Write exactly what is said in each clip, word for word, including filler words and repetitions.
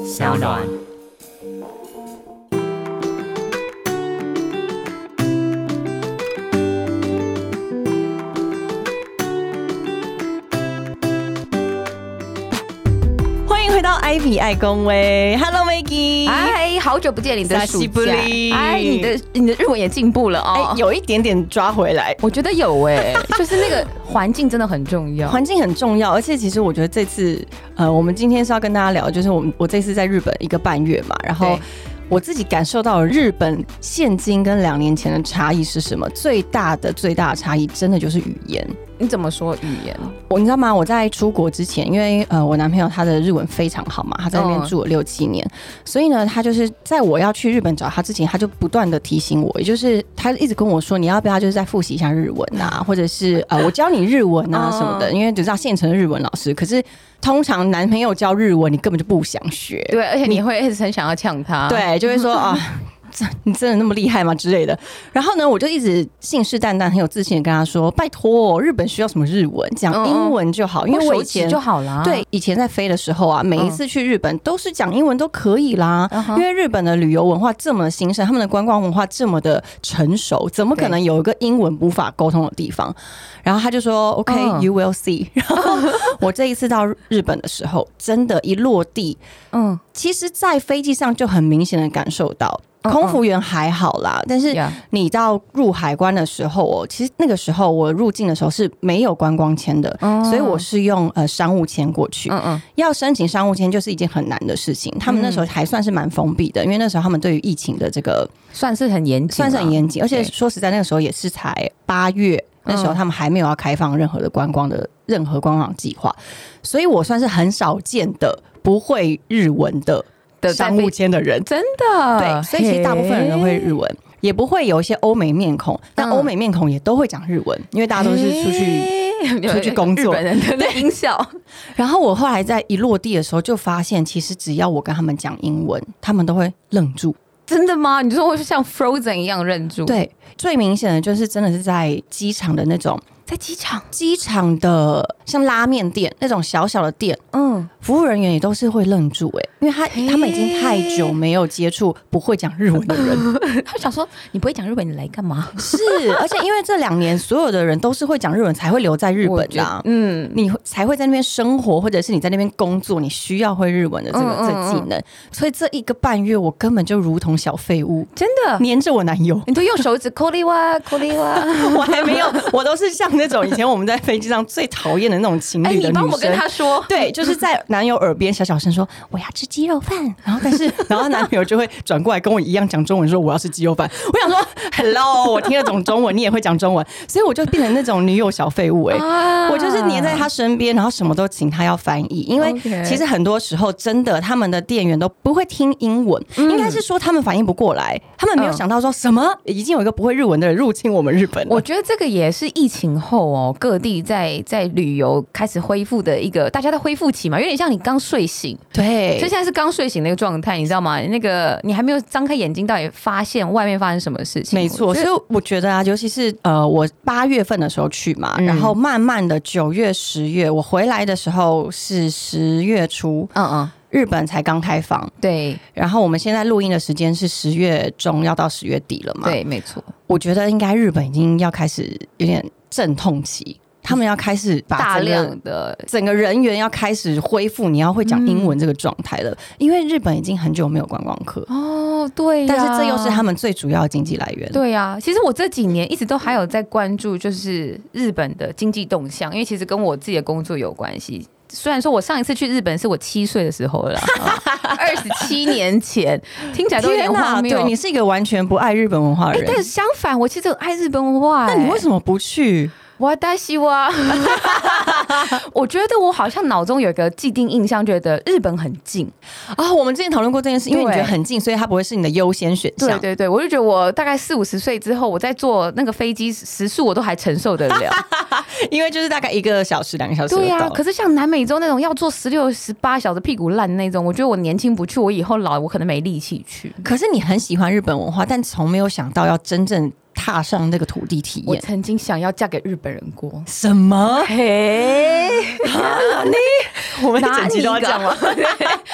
小暖。 回到 Ivy 爱公威 ，Hello Maggie， 哎，好久不见，你的暑假，哎，你的你的日文也进步了哦， 哎，有一点点抓回来， 我觉得有哎，就是那个环境真的很重要， 环境很重要，而且其实我觉得这次，呃，我们今天是要跟大家聊，就是我们我这次在日本一个半月嘛，然后我自己感受到了日本现今跟两年前的差异是什么？最大的最大的差异，真的就是语言。 你怎么说语言？ 我你知道吗？我在出国之前，因为呃我男朋友他的日文非常好嘛，他在那边住了六七年，嗯、所以呢，他就是在我要去日本找他之前，他就不断的提醒我，也就是他一直跟我说，你要不要就是再复习一下日文啊，或者是呃我教你日文啊什么的，因为只知道现成的日文老师，可是通常男朋友教日文，你根本就不想学， 对，而且你会一直很想要呛他， 对，就会说啊。你真的那么厉害吗之类的？然后呢，我就一直信誓旦旦、很有自信的跟他说：“拜托，日本需要什么日文？讲英文就好。”因为我以前就好啦。 对，以前在飞的时候啊，每一次去日本都是讲英文都可以啦。嗯、因为日本的旅游文化这么兴盛，他们的观光文化这么的成熟，怎么可能有一个英文无法沟通的地方？然后他就说 ：“OK，you、okay, will see。”然后我这一次到日本的时候，真的，一落地，嗯，其实，在飞机上就很明显的感受到。空服员还好啦，但是你到入海关的时候哦，其实那个时候我入境的时候是没有观光签的，嗯、所以我是用呃商务签过去。嗯嗯，要申请商务签就是一件很难的事情。他们那时候还算是蛮封闭的，因为那时候他们对于疫情的这个算是很严谨， 算是很严谨。而且说实在，那个时候也是才八月，那时候他们还没有要开放任何的观光的任何观光计划，所以我算是很少见的不会日文的。商务签的人真的对，所以其实大部分人都会日文，也不会有一些欧美面孔，但欧美面孔也都会讲日文，因为大家都是出去出去工作， 日本人的音效。 然后我后来在一落地的时候就发现，其实只要我跟他们讲英文，他们都会愣住。 真的吗？你说会像 Frozen 一样愣住？ 对，最明显的就是真的是在机场的那种。 在机场， 机场的像拉面店那种小小的店，嗯，服务人员也都是会愣住哎、欸，因为他他们已经太久没有接触不会讲日文的人， 他想说你不会讲日文，你来干嘛？ 是，而且因为这两年所有的人都是会讲日文才会留在日本的、啊，嗯，你才会在那边生活，或者是你在那边工作，你需要会日文的这个、嗯、这技能，所以这一个半月我根本就如同小废物， 真的黏着我男友， 你都用手指扣哩哇扣哩哇， 我还没有，我都是像那种以前我们在飞机上最讨厌的那种情侣的女生， 欸、你帮我跟他说， 对，就是在男友耳边小小声说我要吃鸡肉饭，然后但是然后男朋友就会转过来跟我一样讲中文说我要吃鸡肉饭，我想说 hello， 我听得懂中文，你也会讲中文，所以我就变成那种女友小废物哎、欸啊，我就是黏在他身边，然后什么都请他要翻译，因为其实很多时候真的他们的店员都不会听英文，嗯、应该是说他们反应不过来，他们没有想到说什么已经有一个不会日文的人入侵我们日本了。 我觉得这个也是疫情后哦，各地在在旅游开始恢复的一个大家在恢复期嘛，有点像你刚睡醒， 对， 所以现在是刚睡醒那个状态，你知道吗？那个你还没有张开眼睛，到底发现外面发生什么事情？ 没错，所以我觉得啊，尤其是呃，我八月份的时候去嘛，嗯、然后慢慢的九月、十月，我回来的时候是十月初，嗯嗯。日本才刚开放， 对， 然后我们现在录音的时间是十月中要到十月底了嘛？ 对，没错。 我觉得应该日本已经要开始有点阵痛期，他们要开始把大量的整个人员要开始恢复，你要会讲英文这个状态了、嗯，因为日本已经很久没有观光客哦，对、啊， 但是这又是他们最主要的经济来源。 对啊，其实我这几年一直都还有在关注，就是日本的经济动向，因为其实跟我自己的工作有关系。虽然说我上一次去日本是我七岁的时候了，二十七年前，听起来都有点荒谬。 对，你是一个完全不爱日本文化的人， 欸、但是相反，我其实很爱日本文化、欸。 那你为什么不去？ 我大希望，我觉得我好像脑中有一个既定印象，觉得日本很近啊、哦。我们之前讨论过这件事，因为你觉得很近，所以它不会是你的优先选项。 对对对，我就觉得我大概四五十岁之后，我在坐那个飞机时速，我都还承受得了， 因为就是大概一个小时、两个小时。 对啊，可是像南美洲那种要坐十六、十八小时屁股烂那种，我觉得我年轻不去，我以后老我可能没力气去。 可是你很喜欢日本文化，但从没有想到要真正踏上那个土地体验。 我曾经想要嫁给日本人过。 什么？ 嘿， 你我们整集都要讲吗？ 因为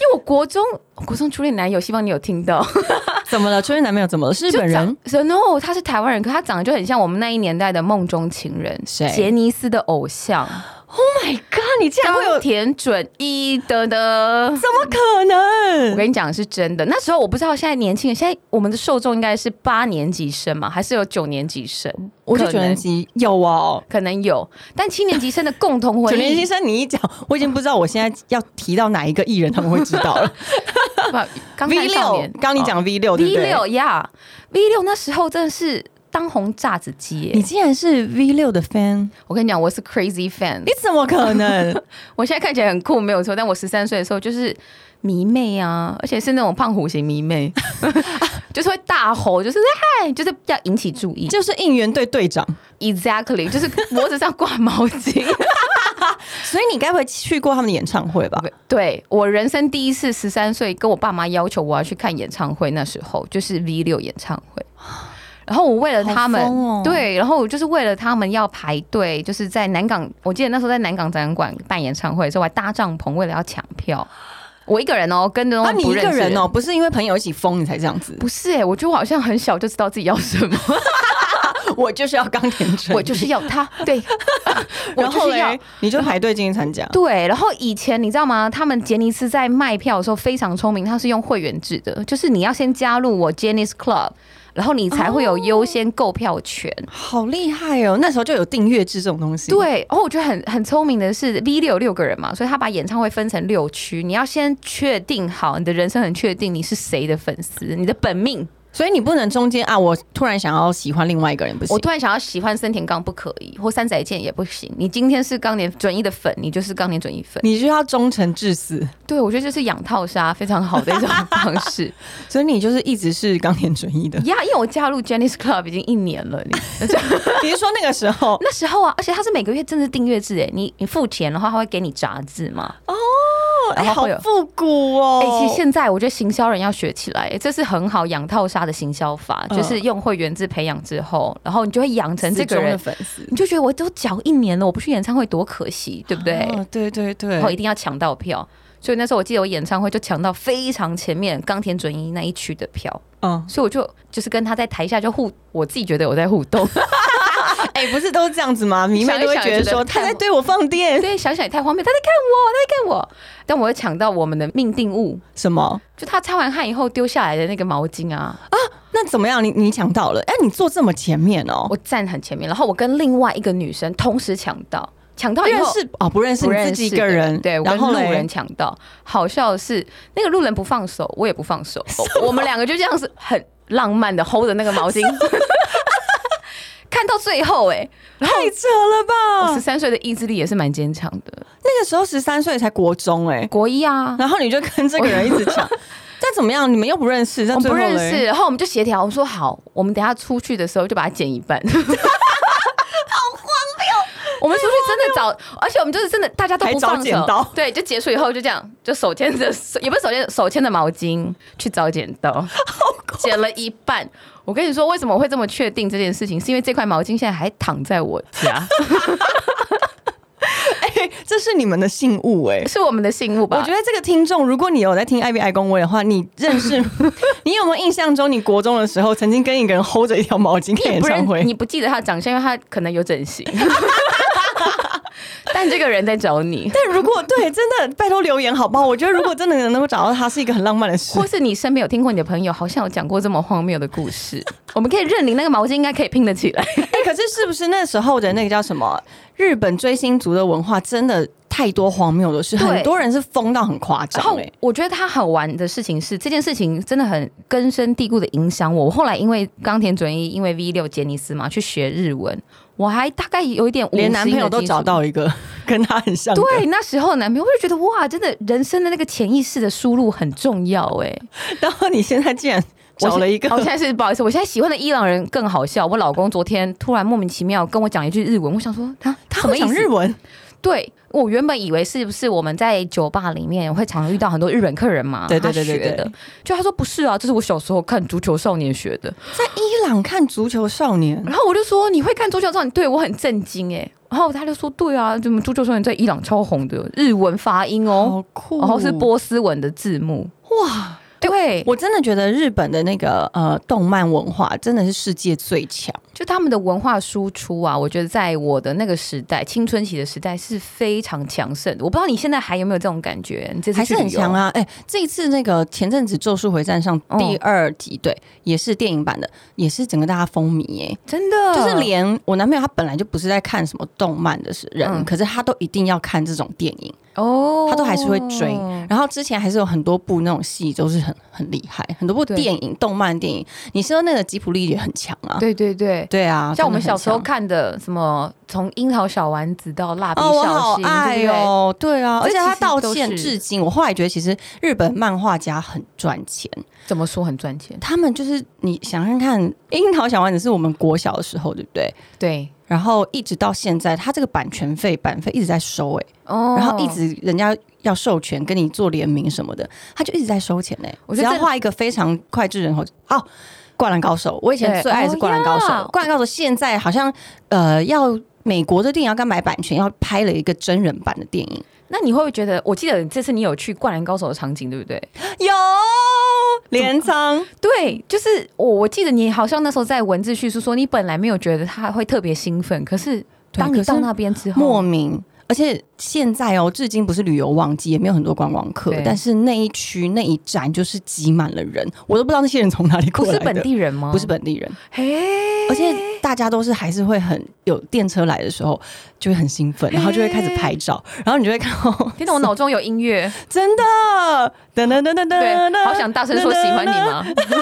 为我国中国中初恋男友，希望你有听到。 怎么了？初恋男朋友怎么了？是日本人？ No， 他是台湾人，可他长得就很像我们那一年代的梦中情人，杰尼斯的偶像。 Oh my god！ 你竟然会有冈田准一的的？ 怎么可能？ 我跟你讲是真的。那时候我不知道，现在年轻人，现在我们的受众应该是八年级生嘛，还是有九年级生？ 我觉得九年级有哦， 可能有，但七年级生的共同回忆。 九年级生你一讲，我已经不知道我现在要提到哪一个艺人，他们会知道了。V 六，刚你讲 V 六、哦、对不对 ？V 六呀 ，V 六那时候真的是当红炸子鸡耶！ 你竟然是 V 六的 fan？ 我跟你讲，我是 crazy fan。 你怎么可能？ 我现在看起来很酷，没有错，但我十三岁的时候就是迷妹啊，而且是那种胖虎型迷妹，就是会大吼，就是嗨，就是要引起注意， 就是应援队队长 ，exactly， 就是脖子上挂毛巾。 所以你该不会去过他们的演唱会吧？ 对，我人生第一次十三岁跟我爸妈要求我要去看演唱会，那时候就是 V 六演唱会。然后我为了他们， 哦、 对，然后我就是为了他们要排队，就是在南港，我记得那时候在南港展览馆办演唱会的时候，我还搭帐篷，为了要抢票。我一个人哦，跟着啊，你一个人哦，不是因为朋友一起疯你才这样子？ 不是哎、欸，我觉得我好像很小就知道自己要什么。 我就是要冈田准一， 我就是要他，对，我就是要， 你就排队进去参加。 对，然后以前你知道吗？他们杰尼斯在卖票的时候非常聪明，他是用会员制的，就是你要先加入我 Jenny's Club， 然后你才会有优先购票权。哦、 好厉害哦！那时候就有订阅制这种东西。 对，然后我觉得很很聪明的是 V 六有六个人嘛，所以他把演唱会分成六区，你要先确定好你的人生很确定你是谁的粉丝，你的本命。 所以你不能中间啊，我突然想要喜欢另外一个人不行， 我突然想要喜欢森田刚不可以，或三宅健也不行。你今天是冈田准一的粉，你就是冈田准一粉， 你就要忠诚至死。对， 我觉得这是养套杀非常好的一种方式。 所以你就是一直是冈田准一的呀， yeah, 因为我加入 Jenny's Club 已经一年了。你, 你是说那个时候？ 那时候啊，而且它是每个月真的订阅制哎，你你付钱的话，他会给你杂志嘛。哦。 哎、欸，好复古哦！ 哎、欸，其实现在我觉得行销人要学起来、欸，这是很好养套杀的行销法，嗯、就是用会员制培养之后，然后你就会养成这个人的粉丝， 你就觉得我都缴一年了，我不去演唱会多可惜，对不对？ 哦、对对对， 然后一定要抢到票，所以那时候我记得我演唱会就抢到非常前面冈田准一那一区的票，嗯，所以我就就是跟他在台下就互，我自己觉得我在互动。 哎、欸，不是都是这样子吗？迷妹都会觉得说他在对我放电， 对，想想也太荒谬，他在看我，他在看我。但我会抢到我们的命定物， 什么？ 就他擦完汗以后丢下来的那个毛巾啊啊！那怎么样？你你抢到了？哎、欸，你坐这么前面哦， 我站很前面，然后我跟另外一个女生同时抢到，抢到以后认识哦，不认识，你自己一个人， 对，我跟路人抢到。好笑的是，那个路人不放手，我也不放手，我们两个就这样子很浪漫的 hold 着那个毛巾。看到最后、欸，哎， 太扯了吧！ 我十三岁的意志力也是蛮坚强的。 那个时候十三岁才国中、欸，哎， 国一啊。 然后你就跟这个人一直抢，但怎么样？你们又不认识， 我不认识。然后我们就协调，我说好，我们等一下出去的时候就把它剪一半。好荒谬！我们出去真的找，而且我们就是真的，大家都不放手。对，就结束以后就这样，就手牵着，也不是手牵手牵着毛巾去找剪刀，剪了一半。我跟你说，为什么我会这么确定这件事情？是因为这块毛巾现在还躺在我家。 哎、欸，这是你们的信物哎、欸， 是我们的信物吧？ 我觉得这个听众，如果你有在听艾比爱公威的话，你认识，你有没有印象中，你国中的时候曾经跟一个人 hold 着一条毛巾看演唱会？ 你不记得他的长相，因为他可能有整形。但这个人在找你， 但如果对，真的拜托留言好不好？我觉得如果真的能够找到他，是一个很浪漫的事。 或是你身边有听过你的朋友好像有讲过这么荒谬的故事，我们可以认领那个毛巾应该可以拼得起来。 哎、欸，可是是不是那时候的那个叫什么日本追星族的文化真的太多荒谬的事，很多人是疯到很夸张、欸。然后我觉得他好玩的事情是，这件事情真的很根深蒂固的影响我。我后来因为冈田准一，因为 V 六杰尼斯嘛，去学日文。我还大概有一点， 连男朋友都找到一个跟他很像的。 对，那时候男朋友我就觉得哇，真的人生的那个潜意识的输入很重要哎、欸。 然后你现在竟然找了一个， 我现在是不好意思，我现在喜欢的伊朗人更好笑。我老公昨天突然莫名其妙跟我讲一句日文，我想说他他会讲日文。 对，我原本以为是不是我们在酒吧里面会常遇到很多日本客人嘛？ 对对对对对的。就他说不是啊，这是我小时候看《足球少年》学的， 在伊朗看《足球少年》。 然后我就说你会看《足球少年》？对我很震惊哎、欸， 然后他就说对啊，怎么足球少年在伊朗超红的，日文发音哦， 好酷， 然后是波斯文的字幕，哇。对， 我真的觉得日本的那个呃动漫文化真的是世界最强， 就他们的文化输出啊，我觉得在我的那个时代，青春期的时代是非常强盛的。我不知道你现在还有没有这种感觉？你这次还是很强啊！哎、欸，这一次那个前阵子《咒术回战》上第二集，哦、对，也是电影版的，也是整个大家风靡耶、欸， 真的， 就是连我男朋友他本来就不是在看什么动漫的人，嗯、可是他都一定要看这种电影。哦，他都还是会追，然后之前还是有很多部那种戏都是很很厉害，很多部电影、动漫电影。你说那个吉卜力也很强啊， 对对对对啊，像我们小时候看的什么，从樱桃小丸子到蜡笔小新，哦、我好爱哦，对啊，而且他到现至今，我后来觉得其实日本漫画家很赚钱。 怎么说很赚钱？ 他们就是你想想看，樱桃小丸子是我们国小的时候，对不对？ 对。 然后一直到现在，他这个版权费、版费一直在收哎、欸，哦、然后一直人家要授权跟你做联名什么的，他就一直在收钱哎、欸。我只要画一个非常脍炙人口哦，灌篮高手，我以前最爱的是灌篮高手，哦、灌篮高手现在好像呃要美国的电影要刚买版权，要拍了一个真人版的电影。 那你会不会觉得？我记得这次你有去灌篮高手的场景，对不对？ 有镰仓， 对，就是我我记得你好像那时候在文字叙述说，你本来没有觉得他会特别兴奋，可是当你到那边之后， 莫名。而且现在哦，至今不是旅游旺季，也没有很多观光客，但是那一区那一站就是挤满了人，我都不知道那些人从哪里过来的。 不是本地人吗？ 不是本地人，而且大家都是还是会很有电车来的时候就会很兴奋，然后就会开始拍照，然后你就会看到， 天哪，我脑中有音乐， 真的，噔噔噔噔噔， 对，好想大声说喜欢你吗？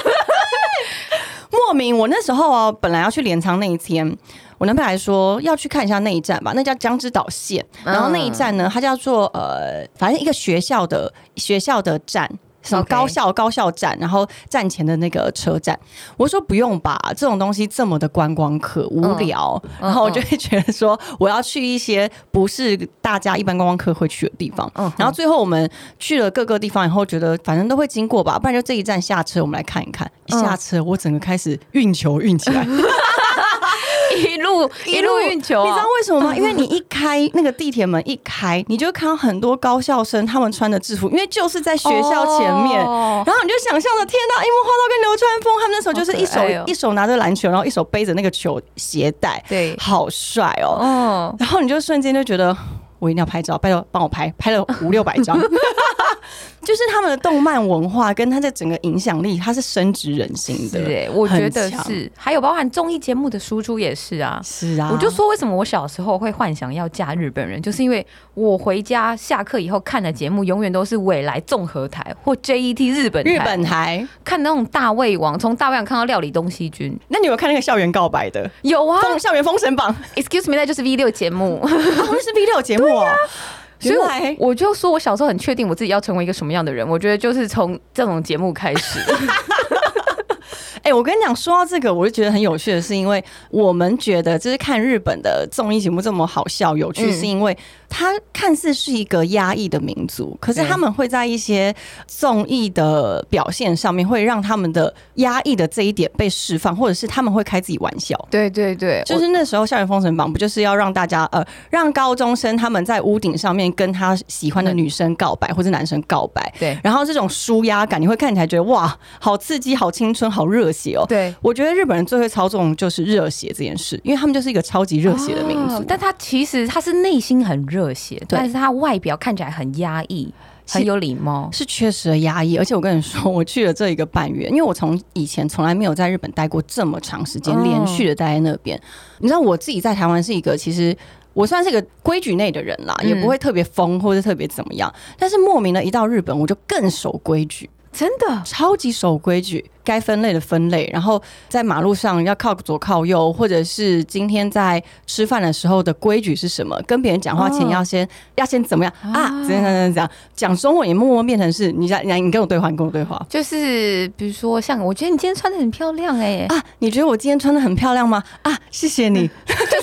莫名，我那时候哦，本来要去镰仓那一天。我男朋友还说要去看一下那一站吧，那叫江之岛线。然后那一站呢，它叫做呃，反正一个学校的学校的站，什么高校、okay. 高校站，然后站前的那个车站。我说不用吧，这种东西这么的观光客无聊。嗯、然后我就会觉得说，我要去一些不是大家一般观光客会去的地方。嗯、然后最后我们去了各个地方以后，觉得反正都会经过吧，不然就这一站下车，我们来看一看。一下车，我整个开始运球运起来。 一路一路运球、啊， 你知道为什么吗？因为你一开那个地铁门一开，你就看到很多高校生他们穿的制服，因为就是在学校前面，哦、然后你就想象着天哪，樱木花道跟流川枫他们那时候就是一手、哦、一手拿着篮球，然后一手背着那个球鞋带， 对， 好帅哦。哦然后你就瞬间就觉得我一定要拍照，拜托帮我拍，拍了五六百张。就是他们的动漫文化跟他的整个影响力，它是深植人心的。 是、欸，我觉得是。还有包含综艺节目的输出也是啊。 是啊。 我就说为什么我小时候会幻想要嫁日本人，就是因为我回家下课以后看的节目永远都是未来综合台或 J E T 日本台。 日本台看那种大胃王，从大胃王看到料理东西君。 那你有看那个校园告白的？ 有啊，校园封神榜。 Excuse me， 那就是 V 六 节目。 那、啊、是 V 六 节目哦。 所以我就说，我小时候很确定我自己要成为一个什么样的人。我觉得就是从这种节目开始。 哎、欸，我跟你讲，说到这个，我就觉得很有趣的是，因为我们觉得就是看日本的综艺节目这么好笑、有趣，是因为它看似是一个压抑的民族，可是他们会在一些综艺的表现上面，会让他们的压抑的这一点被释放，或者是他们会开自己玩笑。 对对对， 就是那时候《校园封神榜》不就是要让大家呃，让高中生他们在屋顶上面跟他喜欢的女生告白，或者男生告白。 对， 然后这种抒压感，你会看起来觉得哇，好刺激、好青春、好热血哦。 对， 我觉得日本人最会操纵就是热血这件事，因为他们就是一个超级热血的民族。哦、 但他其实他是内心很热血，但是他外表看起来很压抑。很有礼貌， 是确实的压抑。而且我跟你说，我去了这一个半月，因为我从以前从来没有在日本待过这么长时间，连续的待在那边。你知道我自己在台湾是一个，其实我算是一个规矩内的人啦，也不会特别疯或者特别怎么样。但是莫名的一到日本，我就更守规矩。 真的超级守规矩，该分类的分类，然后在马路上要靠左靠右，或者是今天在吃饭的时候的规矩是什么？跟别人讲话前要先、哦、要先怎么样啊？怎样怎样怎样？讲中文也默默变成是你你你跟我对话，你跟我对话， 就是比如说像我觉得你今天穿得很漂亮哎、欸、 啊，你觉得我今天穿得很漂亮吗？啊，谢谢你， 就是都要有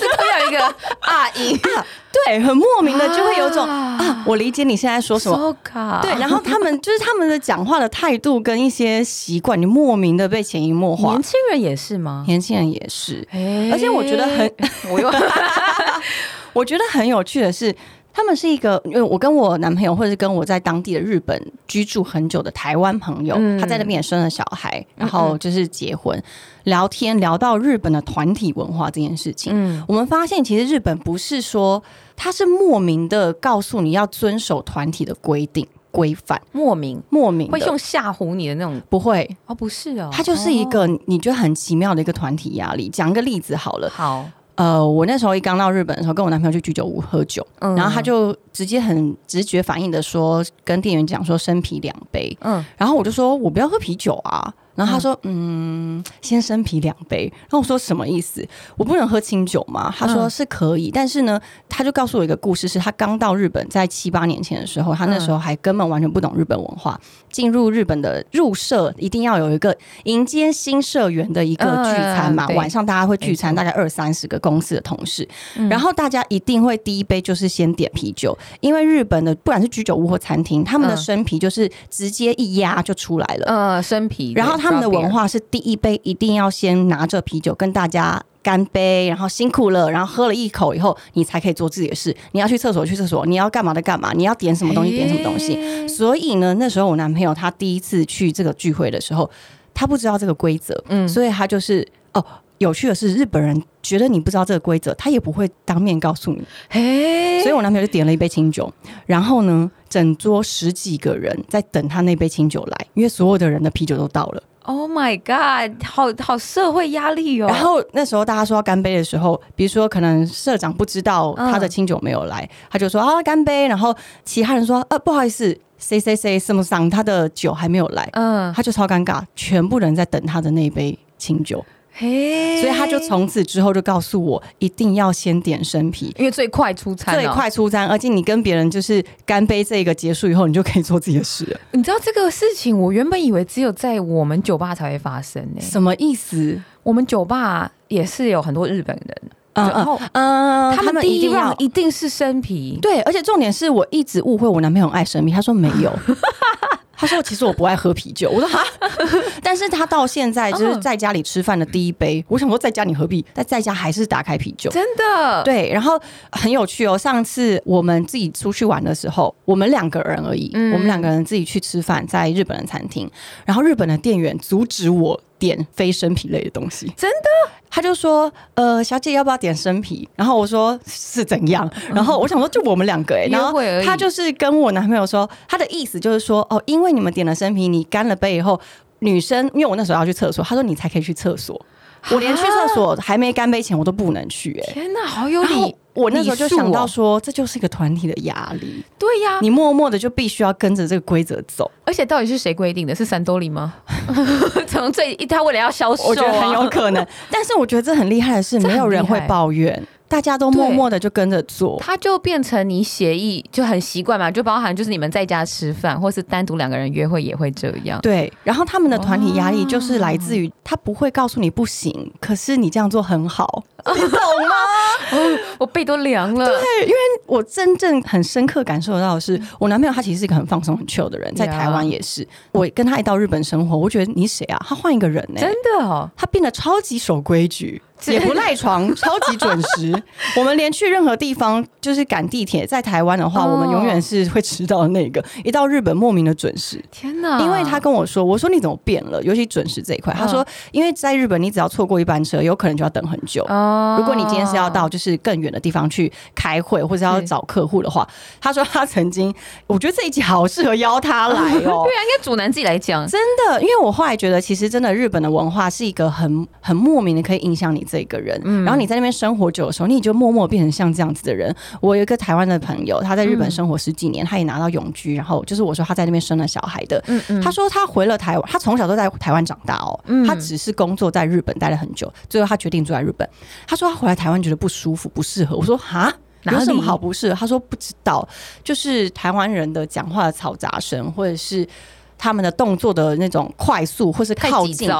一个啊音啊，对，很莫名的就会有种 啊, 啊，我理解你现在说什么。对，然后他们就是他们的讲话的态度跟一些习惯，你莫名的被潜移默化。 年轻人也是吗？ 年轻人也是，而且我觉得很，我又我觉得很有趣的是。他们是一个，因为我跟我男朋友，或者是跟我在当地的日本居住很久的台湾朋友，嗯、他在那边也生了小孩，然后就是结婚，嗯嗯聊天聊到日本的团体文化这件事情，嗯、我们发现其实日本不是说，他是莫名的告诉你要遵守团体的规定。规范莫名莫名会用吓唬你的那种， 不会哦，不是哦， 它就是一个你觉得很奇妙的一个团体压力。讲一个例子好了， 好。 呃，我那时候一刚到日本的时候，跟我男朋友去居酒屋喝酒，嗯、然后他就直接很直觉反应的说，跟店员讲说生啤两杯，嗯，然后我就说我不要喝啤酒啊。然后他说 嗯, 嗯，先生啤两杯。然后我说什么意思？我不能喝清酒吗？他说是可以，嗯、但是呢，他就告诉我一个故事，是他刚到日本，在七八年前的时候，他那时候还根本完全不懂日本文化。进入日本的入社一定要有一个迎接新社员的一个聚餐嘛，嗯、晚上大家会聚餐，大概二三十个公司的同事，嗯、然后大家一定会第一杯就是先点啤酒，因为日本的不管是居酒屋或餐厅，他们的生啤就是直接一压就出来了， 呃，生啤， 然后他们的文化是第一杯一定要先拿着啤酒跟大家干杯，然后辛苦了，然后喝了一口以后，你才可以做自己的事。你要去厕所去厕所，你要干嘛的干嘛，你要点什么东西点什么东西。所以呢，那时候我男朋友他第一次去这个聚会的时候，他不知道这个规则，嗯，所以他就是哦。有趣的是，日本人觉得你不知道这个规则，他也不会当面告诉你。所以我男朋友就点了一杯清酒，然后呢，整桌十几个人在等他那杯清酒来，因为所有的人的啤酒都到了。 Oh my god， 好好社会压力哦。 然后那时候大家说要干杯的时候，比如说可能社长不知道他的清酒没有来，嗯、他就说啊干杯，然后其他人说呃不好意思。谁谁谁什么桑他的酒还没有来，嗯，他就超尴尬，全部人在等他的那一杯清酒。Hey, 所以他就从此之后就告诉我，一定要先点生啤， 因为最快出餐、哦， 最快出餐，而且你跟别人就是干杯这个结束以后，你就可以做自己的事了。 你知道这个事情，我原本以为只有在我们酒吧才会发生呢、欸。 什么意思？ 我们酒吧也是有很多日本人。然后， 嗯， 他们第一 round 一定是生啤， 对，而且重点是我一直误会我男朋友很爱生啤，他说没有，他说其实我不爱喝啤酒，我说哈，但是他到现在就是在家里吃饭的第一杯，嗯、我想说在家你何必，但在家还是打开啤酒， 真的， 对，然后很有趣哦，上次我们自己出去玩的时候，我们两个人而已，嗯、我们两个人自己去吃饭，在日本的餐厅，然后日本的店员阻止我点非生啤类的东西， 真的。 他就说：“呃，小姐要不要点生啤？”然后我说：“是怎样？”然后我想说，就我们两个哎、欸，然后他就是跟我男朋友说，他的意思就是说，哦，因为你们点了生啤，你干了杯以后，女生因为我那时候要去厕所，他说你才可以去厕所。我连去厕所还没干杯前，我都不能去、欸。哎， 天哪，好有理！ 我那时候就想到说，这就是一个团体的压力。 对呀、啊， 你默默的就必须要跟着这个规则走。 而且到底是谁规定的？是三兜里吗？从最他为了要销售、啊， 我觉得很有可能。但是我觉得这很厉害的是，没有人会抱怨。大家都默默的就跟着做， 它就变成你协议就很习惯嘛，就包含就是你们在家吃饭，或是单独两个人约会也会这样。 对，然后他们的团体压力就是来自于他不会告诉你不行，可是你这样做很好，你懂吗？ 哦、我背都凉了。 对，因为我真正很深刻感受到的是，我男朋友他其实是一个很放松、很 chill 的人，在台湾也是。我跟他一到日本生活，我觉得你谁啊？他换一个人呢、欸？ 真的哦， 他变得超级守规矩。也不赖床，超级准时。我们连去任何地方，就是赶地铁，在台湾的话，哦、我们永远是会迟到的那个。一到日本，莫名的准时。 天哪！ 因为他跟我说，我说你怎么变了？尤其准时这一块，他说，因为在日本，你只要错过一班车，有可能就要等很久。哦、如果你今天是要到就是更远的地方去开会，或者要找客户的话，他说他曾经，我觉得这一集好适合邀他来哦。对啊，应该主男自己来讲。 真的，因为我后来觉得，其实真的日本的文化是一个很很莫名的，可以影响你这个人。嗯、然后你在那边生活久的时候，你就默默变成像这样子的人。我有一个台湾的朋友，他在日本生活十几年，嗯、他也拿到永居。然后就是我说他在那边生了小孩的，嗯嗯、他说他回了台湾，他从小都在台湾长大哦。嗯、他只是工作在日本待了很久，最后他决定住在日本。他说他回来台湾觉得不舒服，不适合。我说哈。有什么好不适合？他说不知道，就是台湾人的讲话的嘈杂声，或者是他们的动作的那种快速，或是靠近。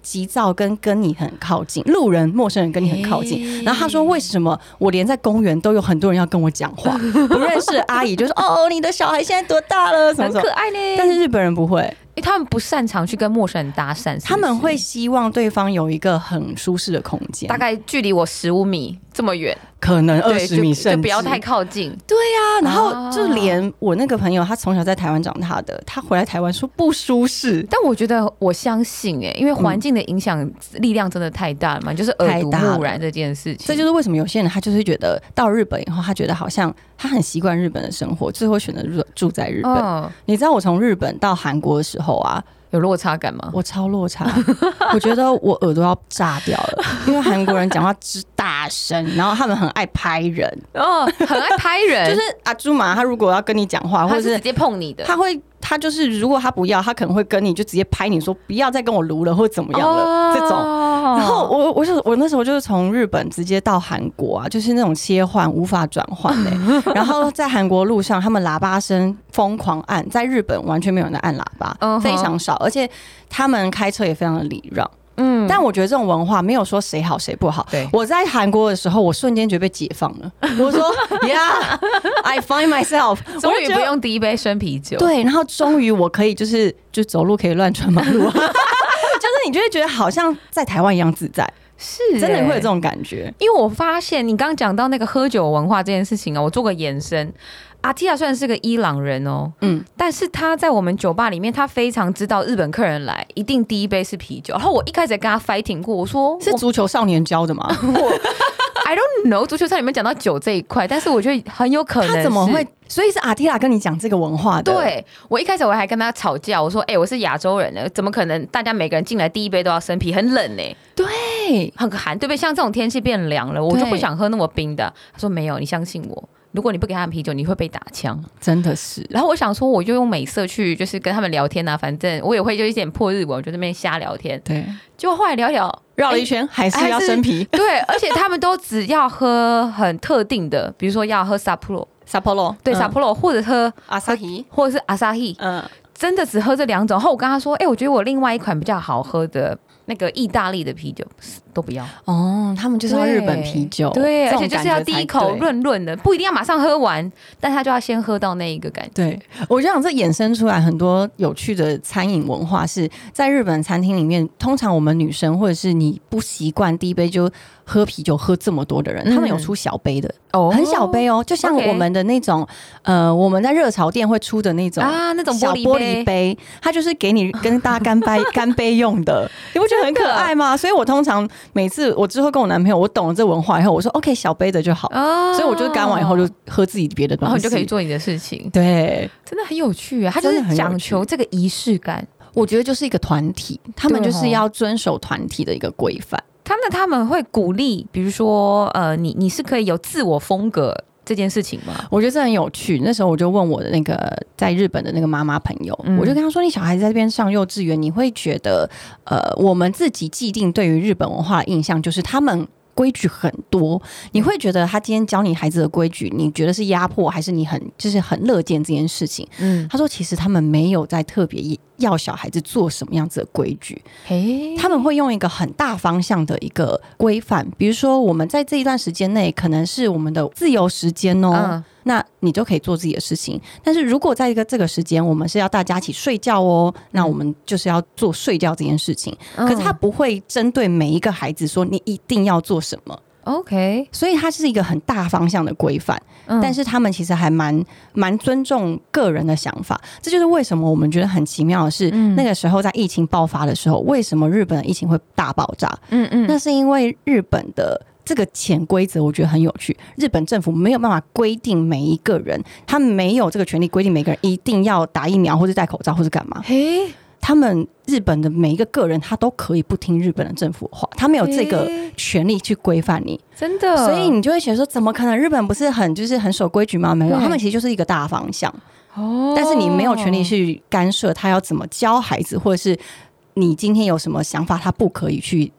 急躁跟跟你很靠近，路人陌生人跟你很靠近。然后他说为什么我连在公园都有很多人要跟我讲话，不认识的阿姨就说哦你的小孩现在多大了，什么什么很可爱呢。 但是日本人不会。 因为他们不擅长去跟陌生人搭讪，是不是？ 他们会希望对方有一个很舒适的空间， 大概距离我十五米这么远， 可能二十米，甚至就不要太靠近。 对呀、啊，然后就连我那个朋友，他从小在台湾长大的，他回来台湾说不舒适。 但我觉得我相信哎、欸，因为环境的影响力量真的太大了嘛，就是耳濡目染这件事情。 这就是为什么有些人他就是觉得到日本以后，他觉得好像他很习惯日本的生活，最后选择住在日本。哦、你知道我从日本到韩国的时候啊。 有落差感吗？ 我超落差，我觉得我耳朵要炸掉了，因为韩国人讲话之大声，然后他们很爱拍人， 哦，很爱拍人， 就是阿朱玛，他如果要跟你讲话，或者是直接碰你的， 他会。他就是如果他不要，他可能会跟你就直接拍你说不要再跟我撸了或者怎么样了、哦、这种。然后我我就我那时候就是从日本直接到韩国啊，就是那种切换无法转换的。然后在韩国路上，他们喇叭声疯狂按，在日本完全没有人在按喇叭，嗯、非常少，而且他们开车也非常的礼让。嗯，但我觉得这种文化没有说谁好谁不好。对，我在韩国的时候，我瞬间觉得被解放了。我说 ，Yeah, I find myself， 终于不用第一杯生啤酒。 对，然后终于我可以就是就走路可以乱穿马路，就是你就会觉得好像在台湾一样自在。 是、欸， 真的会有这种感觉。 因为我发现你刚刚讲到那个喝酒文化这件事情啊，我做个延伸。阿提亚虽然是个伊朗人哦，嗯，但是他在我们酒吧里面，他非常知道日本客人来一定第一杯是啤酒。然后我一开始跟他 fighting 过，我说是足球少年教的吗？ 我 I don't know， 足球赛里面讲到酒这一块，但是我觉得很有可能是他怎么会？所以是阿提亚跟你讲这个文化的。 对，我一开始我还跟他吵架，我说：“哎、欸，我是亚洲人呢，怎么可能大家每个人进来第一杯都要生啤？很冷呢、欸， 对， 很寒，对不对？像这种天气变凉了，我就不想喝那么冰的。”他说：“没有，你相信我。”如果你不给他们啤酒，你会被打枪， 真的是。 然后我想说，我就用美色去，就是跟他们聊天啊，反正我也会就一点破日文，我就在那边瞎聊天。 对， 结果后来聊聊， 绕了一圈，欸、还是要生啤。 对，而且他们都只要喝很特定的，比如说要喝 Sapporo，Sapporo， 对、嗯、Sapporo， 或者喝 Asahi， 或者是 Asahi， 嗯，真的只喝这两种。然后我跟他说，哎、欸，我觉得我另外一款比较好喝的。那个意大利的啤酒都不要哦，他们就是要日本啤酒， 对，而且就是要第一口润润的，不一定要马上喝完，但他就要先喝到那一个感觉。 对，我就想这衍生出来很多有趣的餐饮文化，是在日本餐厅里面，通常我们女生或者是你不习惯第一杯就喝啤酒喝这么多的人，嗯、他们有出小杯的，哦，很小杯哦，就像我们的那种， okay. 呃，我们在热炒店会出的那种啊，那种小玻璃杯，它就是给你跟大家干杯干杯用的，你不觉得很可爱吗？所以我通常每次我之后跟我男朋友，我懂了这文化以后，我说 OK 小杯的就好，哦、所以我就干完以后就喝自己别的东西， 然后你就可以做你的事情。 对， 真的很有趣啊，它就是讲求这个仪式感。 我觉得就是一个团体，他们就是要遵守团体的一个规范。 他们他们会鼓励，比如说呃，你你是可以有自我风格这件事情吗？ 我觉得这很有趣。那时候我就问我的那个在日本的那个妈妈朋友，嗯、我就跟他说：“你小孩子在这边上幼稚园，你会觉得呃，我们自己既定对于日本文化的印象就是他们。”规矩很多，你会觉得他今天教你孩子的规矩，你觉得是压迫，还是你很就是很乐见这件事情？嗯，他说其实他们没有在特别要小孩子做什么样子的规矩，他们会用一个很大方向的一个规范，比如说我们在这一段时间内可能是我们的自由时间哦。嗯，那你就可以做自己的事情，但是如果在一个这个时间我们是要大家一起睡觉哦，那我们就是要做睡觉这件事情，嗯、可是他不会针对每一个孩子说你一定要做什么 OK， 所以它是一个很大方向的规范，嗯、但是他们其实还蛮蛮尊重个人的想法，这就是为什么我们觉得很奇妙的是，嗯、那个时候在疫情爆发的时候，为什么日本的疫情会大爆炸？嗯嗯，那是因为日本的这个潜规则我觉得很有趣，日本政府没有办法规定每一个人，他们没有这个权利规定每个人一定要打疫苗或者戴口罩或者干嘛。嘿，他们日本的每一个个人他都可以不听日本的政府的话，他没有这个权利去规范你， 真的， 所以你就会觉得说怎么可能日本不是很就是很守规矩吗？没有，他们其实就是一个大方向，哦，但是你没有权利去干涉他要怎么教孩子，或者是你今天有什么想法他不可以去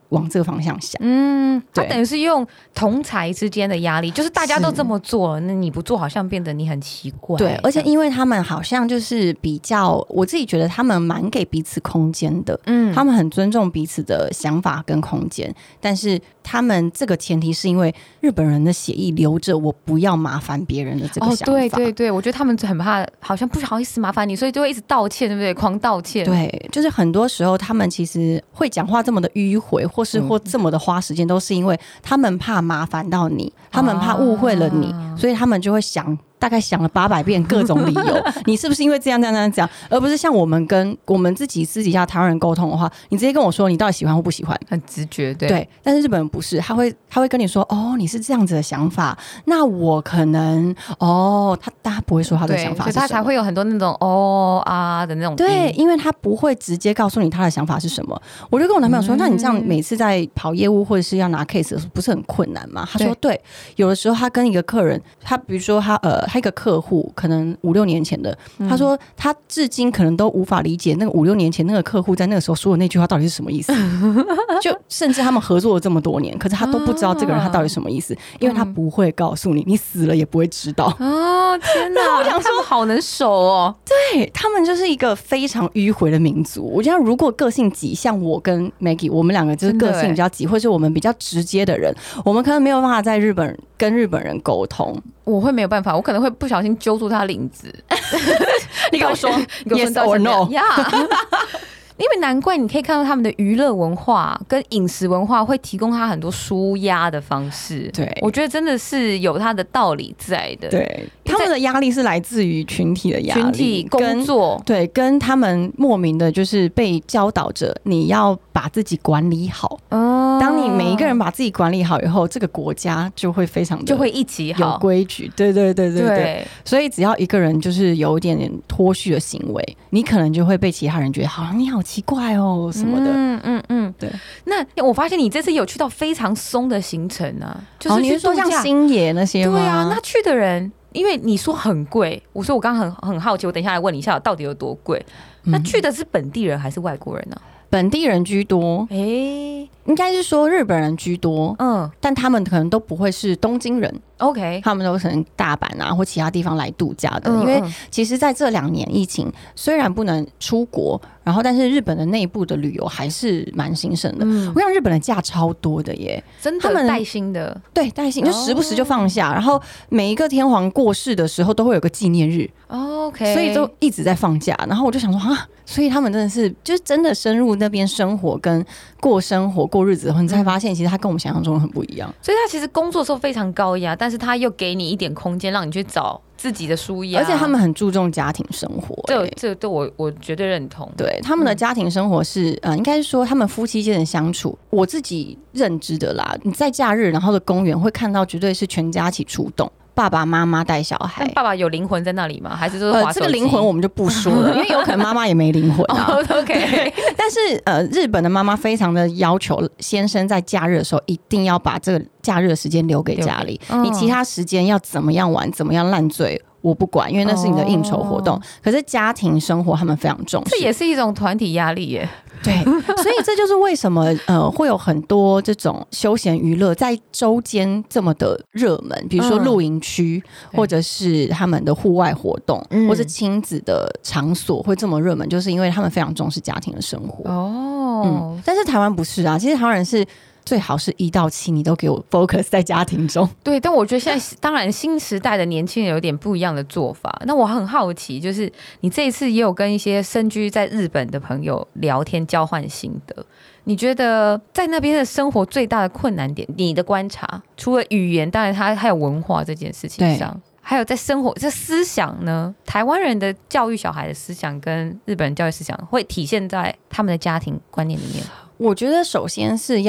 往这个方向想。 嗯，他等于是用同才之间的压力，就是大家都这么做，那你不做好像变得你很奇怪。 对，而且因为他们好像就是比较，我自己觉得他们蛮给彼此空间的，嗯，他们很尊重彼此的想法跟空间，但是他们这个前提是因为日本人的血液留着我不要麻烦别人的这个想法。哦， 对对对，我觉得他们很怕，好像不好意思麻烦你，所以就会一直道歉，对不对？狂道歉。 对，就是很多时候他们其实会讲话这么的迂回，或是或这么的花时间，都是因为他们怕麻烦到你，他们怕误会了你，啊，所以他们就会想。大概想了八百遍各种理由，你是不是因为这样这样这样这样，而不是像我们跟我们自己私底下台湾人沟通的话，你直接跟我说你到底喜欢或不喜欢， 很直觉，对。 对，但是日本人不是，他会他会跟你说，哦，你是这样子的想法，那我可能哦，他他不会说他的想法是什么， 所以他才会有很多那种哦啊的那种。 对，因为他不会直接告诉你他的想法是什么。我就跟我男朋友说，嗯，那你这样每次在跑业务或者是要拿 case 的时候，不是很困难吗？他说对，对，有的时候他跟一个客人，他比如说他呃。他一个客户可能五六年前的，他说他至今可能都无法理解那个五六年前那个客户在那个时候说的那句话到底是什么意思。就甚至他们合作了这么多年，可是他都不知道这个人他到底什么意思，因为他不会告诉你，你死了也不会知道。 哦，天哪！我想说好能熟哦。 对，他们就是一个非常迂回的民族。我觉得如果个性急，像我跟 Maggie， 我们两个就是个性比较急，或是我们比较直接的人，我们可能没有办法在日本跟日本人沟通。 我会没有办法，我可能会不小心揪住他领子。 你跟我说 ，yes or no？ Yeah 因为难怪你可以看到他们的娱乐文化跟饮食文化会提供他很多抒压的方式。 对， 我觉得真的是有他的道理在的。 对，他们的压力是来自于群体的压力， 群体工作， 对，跟他们莫名的就是被教导着你要把自己管理好。哦，当你每一个人把自己管理好以后，这个国家就会非常的就会一起好有规矩。对对对对 对, 对，所以只要一个人就是有一点点脱序的行为，你可能就会被其他人觉得好像你好奇怪哦什么的。嗯嗯嗯，对。 那我发现你这次有去到非常松的行程啊，就是、 哦、你是说像星野那些吗？ 对啊，那去的人，因为你说很贵，我说我刚刚很很好奇，我等一下来问你一下到底有多贵。嗯、那去的是本地人还是外国人呢、啊？ 本地人居多，哎、 欸， 应该是说日本人居多，嗯，但他们可能都不会是东京人 ，OK， 他们都可能大阪啊或其他地方来度假的，嗯嗯，因为其实在这两年疫情虽然不能出国，然后但是日本的内部的旅游还是蛮兴盛的。嗯、我想日本的假超多的耶， 真的，他们带薪的， 对，带薪就时不时就放下，哦、然后每一个天皇过世的时候都会有个纪念日。 OK， 所以就一直在放假，然后我就想说啊，所以他们真的是就是真的深入那边生活跟过生活过日子后，你才发现其实他跟我们想象中的很不一样。 所以他其实工作的时候非常高压，但是他又给你一点空间让你去找自己的抒压， 而且他们很注重家庭生活、欸， 这这这我我绝对认同。 对，他们的家庭生活是、嗯、呃，应该是说他们夫妻间的相处，我自己认知的啦。你在假日然后的公园会看到，绝对是全家一起出动。爸爸妈妈带小孩， 爸爸有灵魂在那里吗？还是说、呃、 这个灵魂我们就不说了，因为有可能妈妈也没灵魂啊。 oh, OK， 但是呃，日本的妈妈非常的要求先生在假日的时候一定要把这个假日的时间留给家里，嗯、你其他时间要怎么样玩，怎么样烂醉。我不管，因为那是你的应酬活动。哦、可是家庭生活他们非常重视， 这也是一种团体压力耶。 对，所以这就是为什么呃会有很多这种休闲娱乐在周间这么的热门，比如说露营区、嗯、或者是他们的户外活动，嗯、或是亲子的场所会这么热门，就是因为他们非常重视家庭的生活。哦，嗯，但是台湾不是啊，其实台湾人是。最好是一到七，你都给我 focus 在家庭中。 对，但我觉得现在当然新时代的年轻人有点不一样的做法。那我很好奇，就是你这一次也有跟一些身居在日本的朋友聊天，交换心得。你觉得在那边的生活最大的困难点，你的观察，除了语言，当然它还有文化这件事情上，还有在生活这思想呢？台湾人的教育小孩的思想跟日本人教育思想会体现在他们的家庭观念里面。 我觉得首先是要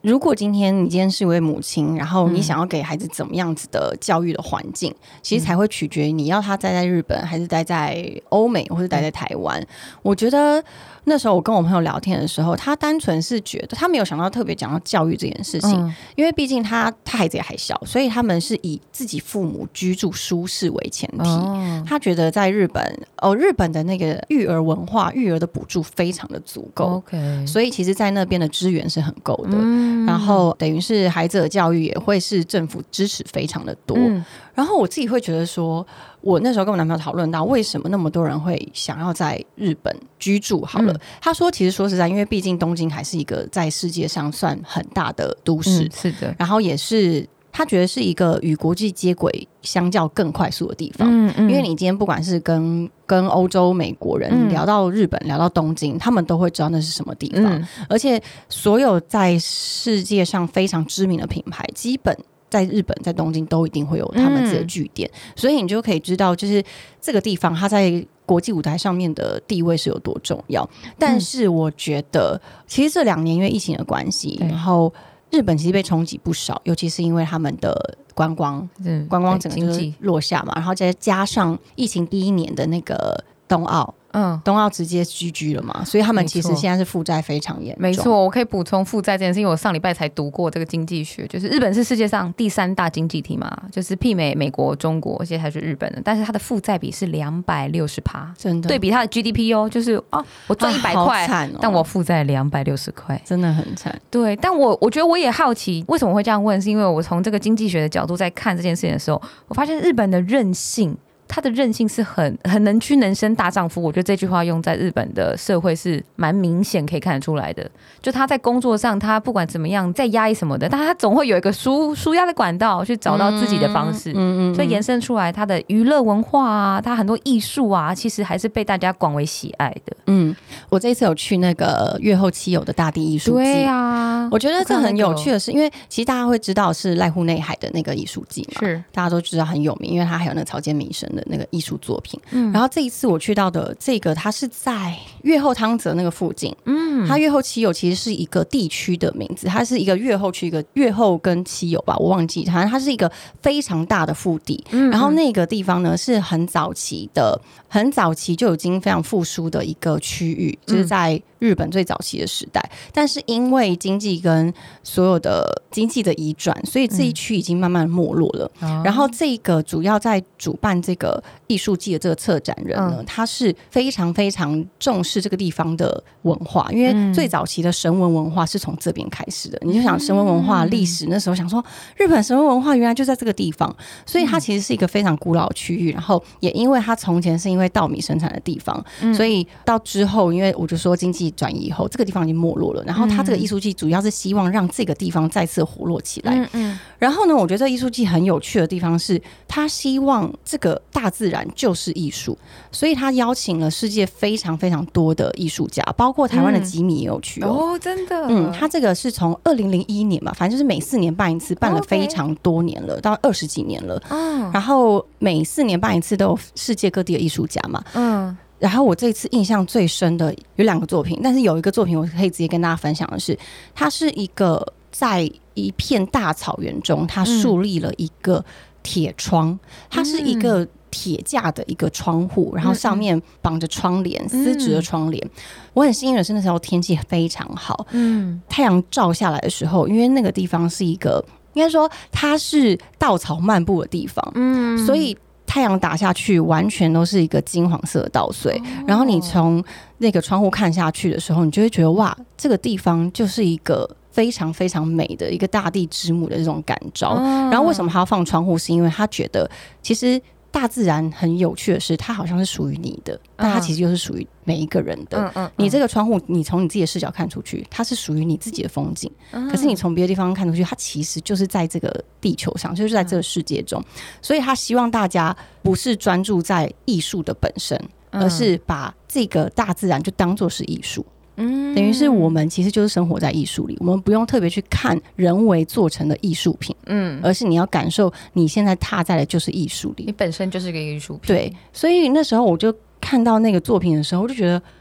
如果今天你今天是一位母亲，然后你想要给孩子怎么样子的教育的环境，嗯、其实才会取决于你要他待在日本，还是待在欧美，或是待在台湾。嗯、我觉得那时候我跟我朋友聊天的时候，他单纯是觉得他没有想到特别讲到教育这件事情，嗯、因为毕竟他他孩子也还小，所以他们是以自己父母居住舒适为前提。哦、他觉得在日本，哦，日本的那个育儿文化、育儿的补助非常的足够， okay、 所以其实在那边的资源是很够的。嗯然后等于是孩子的教育也会是政府支持非常的多。嗯、然后我自己会觉得说，我那时候跟我男朋友讨论到为什么那么多人会想要在日本居住好了。嗯、他说其实说实在，因为毕竟东京还是一个在世界上算很大的都市。嗯、是的。然后也是他觉得是一个与国际接轨相较更快速的地方。嗯嗯、因为你今天不管是跟跟欧洲美国人聊到日本、嗯、聊到东京，他们都会知道那是什么地方。嗯、而且所有在世界上非常知名的品牌基本在日本在东京都一定会有他们自己的据点。嗯、所以你就可以知道就是这个地方它在国际舞台上面的地位是有多重要。但是我觉得其实这两年因为疫情的关系，然后日本其实被冲击不少，尤其是因为他们的观光，嗯、观光整个就是落下嘛，然后再加上疫情第一年的那个冬奥，嗯，冬奥直接 G G 了嘛，所以他们其实现在是负债非常严重。 没错，我可以补充负债这件事，因为我上礼拜才读过这个经济学，就是日本是世界上第三大经济体嘛，就是媲美美国、中国，现在才是日本的，但是它的负债比是两百六十趴，真的对比它的 G D P 哦，就是哦，我赚一百块，哦、但我负债两百六十块， 真的很惨。 对，但我我觉得我也好奇，为什么会这样问，是因为我从这个经济学的角度在看这件事情的时候，我发现日本的韧性。他的韧性是很很能屈能伸大丈夫，我觉得这句话用在日本的社会是蛮明显可以看得出来的。就他在工作上，他不管怎么样再压抑什么的，但他总会有一个抒抒压的管道去找到自己的方式，嗯嗯嗯、所以延伸出来他的娱乐文化啊，他很多艺术啊，其实还是被大家广为喜爱的。 嗯，我这一次有去那个越后妻有的大地艺术季， 对啊， 我觉得这很有趣的是，因为其实大家会知道是濑户内海的那个艺术季嘛，是大家都知道很有名，因为他还有那个草间弥生的那个艺术作品。嗯、然后这一次我去到的这个，它是在越后汤泽那个附近。嗯，它越后妻有其实是一个地区的名字，它是一个越后区，一个越后跟妻有吧，我忘记，反正它是一个非常大的腹地。嗯、然后那个地方呢是很早期的，很早期就已经非常复苏的一个区域，就是在日本最早期的时代。但是因为经济跟所有的经济的移转，所以这一区已经慢慢没落了。嗯、然后这个主要在主办这个艺术季的这个策展人呢，嗯、他是非常非常重视这个地方的文化，因为最早期的绳文文化是从这边开始的。嗯、你就想绳文文化历史，那时候想说日本绳文文化原来就在这个地方，所以它其实是一个非常古老的区域。然后也因为它从前是因为稻米生产的地方，嗯、所以到之后，因为我就说经济转移以后，这个地方已经没落了。然后它这个艺术季主要是希望让这个地方再次活络起来。嗯嗯、然后呢，我觉得这艺术季很有趣的地方是，他希望这个大自然就是艺术，所以他邀请了世界非常非常多的艺术家，包括台湾的吉米也有去 哦, 哦，真的， 嗯，他这个是从二零零一年吧，反正就是每四年办一次，办了非常多年了，到二十几年了，嗯，然后每四年办一次都有世界各地的艺术家嘛，嗯。然后我这一次印象最深的有两个作品，但是有一个作品我可以直接跟大家分享的是，它是一个在一片大草原中，它树立了一个铁窗，它是一个铁架的一个窗户，然后上面绑着窗帘，丝质的窗帘。我很幸运的是那时候天气非常好，嗯，太阳照下来的时候，因为那个地方是一个应该说它是稻草漫步的地方，嗯，所以太阳打下去完全都是一个金黄色的稻穗，哦、然后你从那个窗户看下去的时候，你就会觉得哇，这个地方就是一个非常非常美的一个大地之母的这种感召。哦、然后为什么他要放窗户，是因为他觉得其实大自然很有趣的是，它好像是属于你的，但它其实又是属于每一个人的。嗯嗯嗯、你这个窗户，你从你自己的视角看出去，它是属于你自己的风景。嗯、可是你从别的地方看出去，它其实就是在这个地球上，就是在这个世界中。所以他希望大家不是专注在艺术的本身，而是把这个大自然就当作是艺术。嗯、等于是我们其实就是生活在艺术里，我们不用特别去看人为做成的艺术品，嗯，而是你要感受你现在踏在的就是艺术里， 你本身就是一个艺术品。 对，所以那时候我就看到那个作品的时候，我就觉得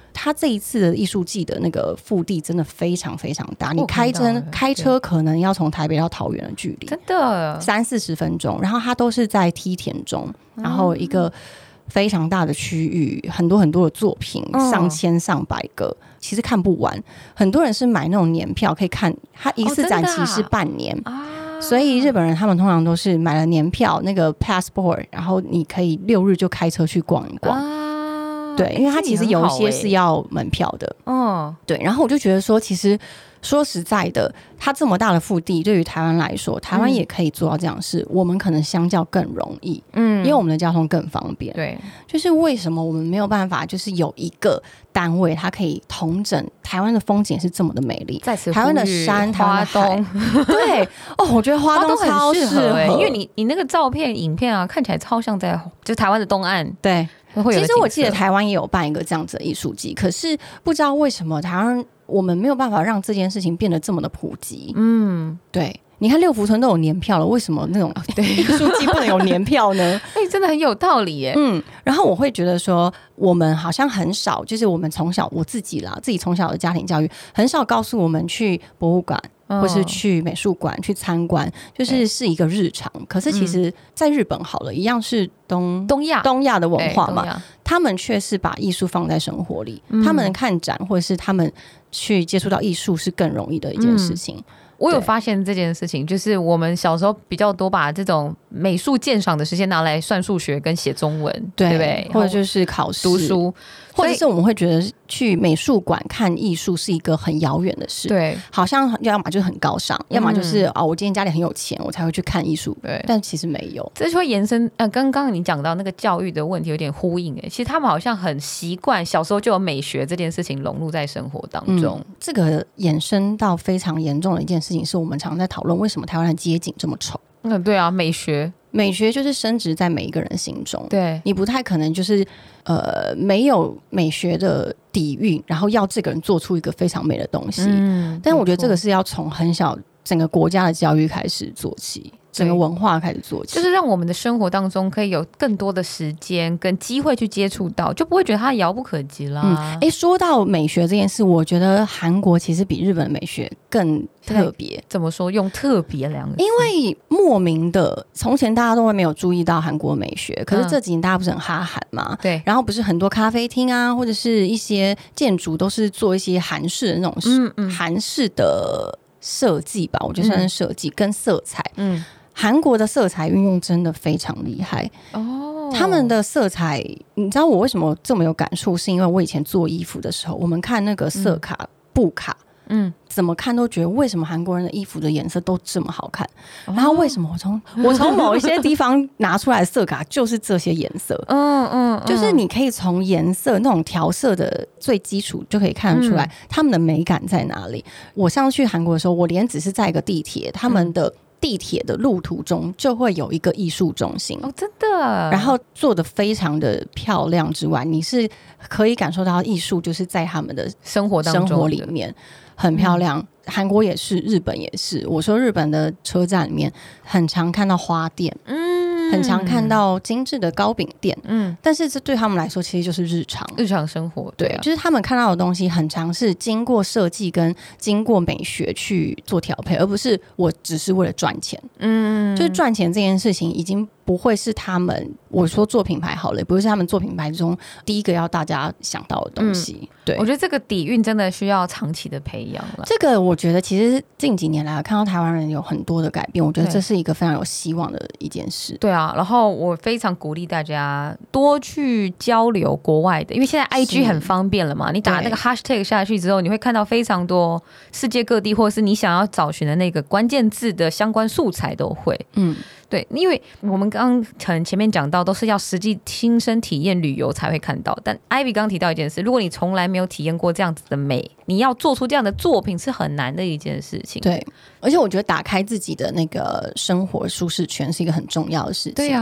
他这一次的艺术季的那个腹地真的非常非常大，你开车开车可能要从台北到桃园的距离， 真的三四十分钟，然后它都是在梯田中，然后一个非常大的区域，很多很多的作品，嗯、上千上百个，其实看不完。很多人是买那种年票，可以看它一次展期是半年。哦啊所以日本人他们通常都是买了年票那个 passport， 然后你可以六日就开车去逛一逛。啊、对，因为它其实有一些是要门票的。嗯，对。然后我就觉得说，其实说实在的，它这么大的腹地，对于台湾来说，台湾也可以做到这样的事。嗯、我们可能相较更容易，嗯，因为我们的交通更方便。对，就是为什么我们没有办法，就是有一个单位，它可以统整台湾的风景是这么的美丽， 在此台湾的山、台湾的东， 对哦，我觉得花东超适合， 欸、因为你你那个照片、影片啊，看起来超像在就台湾的东岸， 对。其实我记得台湾也有办一个这样子的艺术季，可是不知道为什么台湾我们没有办法让这件事情变得这么的普及。嗯，对。你看六福村都有年票了，为什么那种艺术季不能有年票呢？ 哎、欸，真的很有道理耶。 嗯，然后我会觉得说，我们好像很少，就是我们从小我自己啦，自己从小的家庭教育很少告诉我们去博物馆。或是去美术馆去参观，就是是一个日常。可是其实，在日本好了，一样是东东亚东亚的文化嘛，他们却是把艺术放在生活里。嗯、他们看展或者是他们去接触到艺术是更容易的一件事情。嗯我有发现这件事情，就是我们小时候比较多把这种美术鉴赏的时间拿来算数学跟写中文， 对, 对不对？ 或者就是考试、 读书， 或者是我们会觉得去美术馆看艺术是一个很遥远的事，对，好像要么就是很高尚，嗯、要么就是啊、哦，我今天家里很有钱，我才会去看艺术，对，但其实没有。 这就会延伸呃，刚刚你讲到那个教育的问题有点呼应哎，其实他们好像很习惯小时候就有美学这件事情融入在生活当中，嗯、 这个衍生到非常严重的一件事情，是我们常在讨论为什么台湾的街景这么丑。 嗯，对啊，美学， 美学就是深植在每一个人心中。 对， 你不太可能就是呃没有美学的底蕴，然后要这个人做出一个非常美的东西。嗯，但我觉得这个是要从很小整个国家的教育开始做起。整个文化开始做起， 就是让我们的生活当中可以有更多的时间跟机会去接触到，就不会觉得它遥不可及啦。 哎、嗯，说到美学这件事，我觉得韩国其实比日本的美学更特别。 怎么说？用特别两个字？ 因为莫名的，从前大家都会没有注意到韩国美学，可是这几年大家不是很哈韩嘛？对、嗯。然后不是很多咖啡厅啊，或者是一些建筑都是做一些韩式的那种韩式的设计吧？我觉得算是设计跟色彩。嗯。韩国的色彩运用真的非常厉害哦，他们的色彩，你知道我为什么这么有感触？是因为我以前做衣服的时候，我们看那个色卡、嗯、布卡，嗯，怎么看都觉得为什么韩国人的衣服的颜色都这么好看？哦、然后为什么我从我从某一些地方拿出来的色卡就是这些颜色？嗯嗯，就是你可以从颜色那种调色的最基础就可以看得出来、嗯、他们的美感在哪里。我上次去韩国的时候，我连只是在一个地铁，他们的、嗯地铁的路途中就会有一个艺术中心哦，真的， 然后做得非常的漂亮之外，你是可以感受到艺术就是在他们的生活当中生活里面很漂亮。韩、嗯、国也是，日本也是。我说日本的车站里面很常看到花店，嗯，很常看到精致的糕饼店，嗯，但是这对他们来说其实就是日常日常生活，对、啊， 就是他们看到的东西很常是经过设计跟经过美学去做调配，而不是我只是为了赚钱，嗯，就是赚钱这件事情已经不会是他们，我说做品牌好了，也不会是他们做品牌中第一个要大家想到的东西。嗯、对， 我觉得这个底蕴真的需要长期的培养了。 这个我觉得其实近几年来看到台湾人有很多的改变，我觉得这是一个非常有希望的一件事。 对啊，然后我非常鼓励大家多去交流国外的，因为现在 I G 很方便了嘛，你打那个 hashtag 下去之后，你会看到非常多世界各地或者是你想要找寻的那个关键字的相关素材都会。嗯。对，因为我们刚刚可能前面讲到都是要实际亲身体验旅游才会看到，但 Ivy 刚刚提到一件事，如果你从来没有体验过这样子的美，你要做出这样的作品是很难的一件事情。 对，而且我觉得打开自己的那个生活舒适圈是一个很重要的事情。 对啊，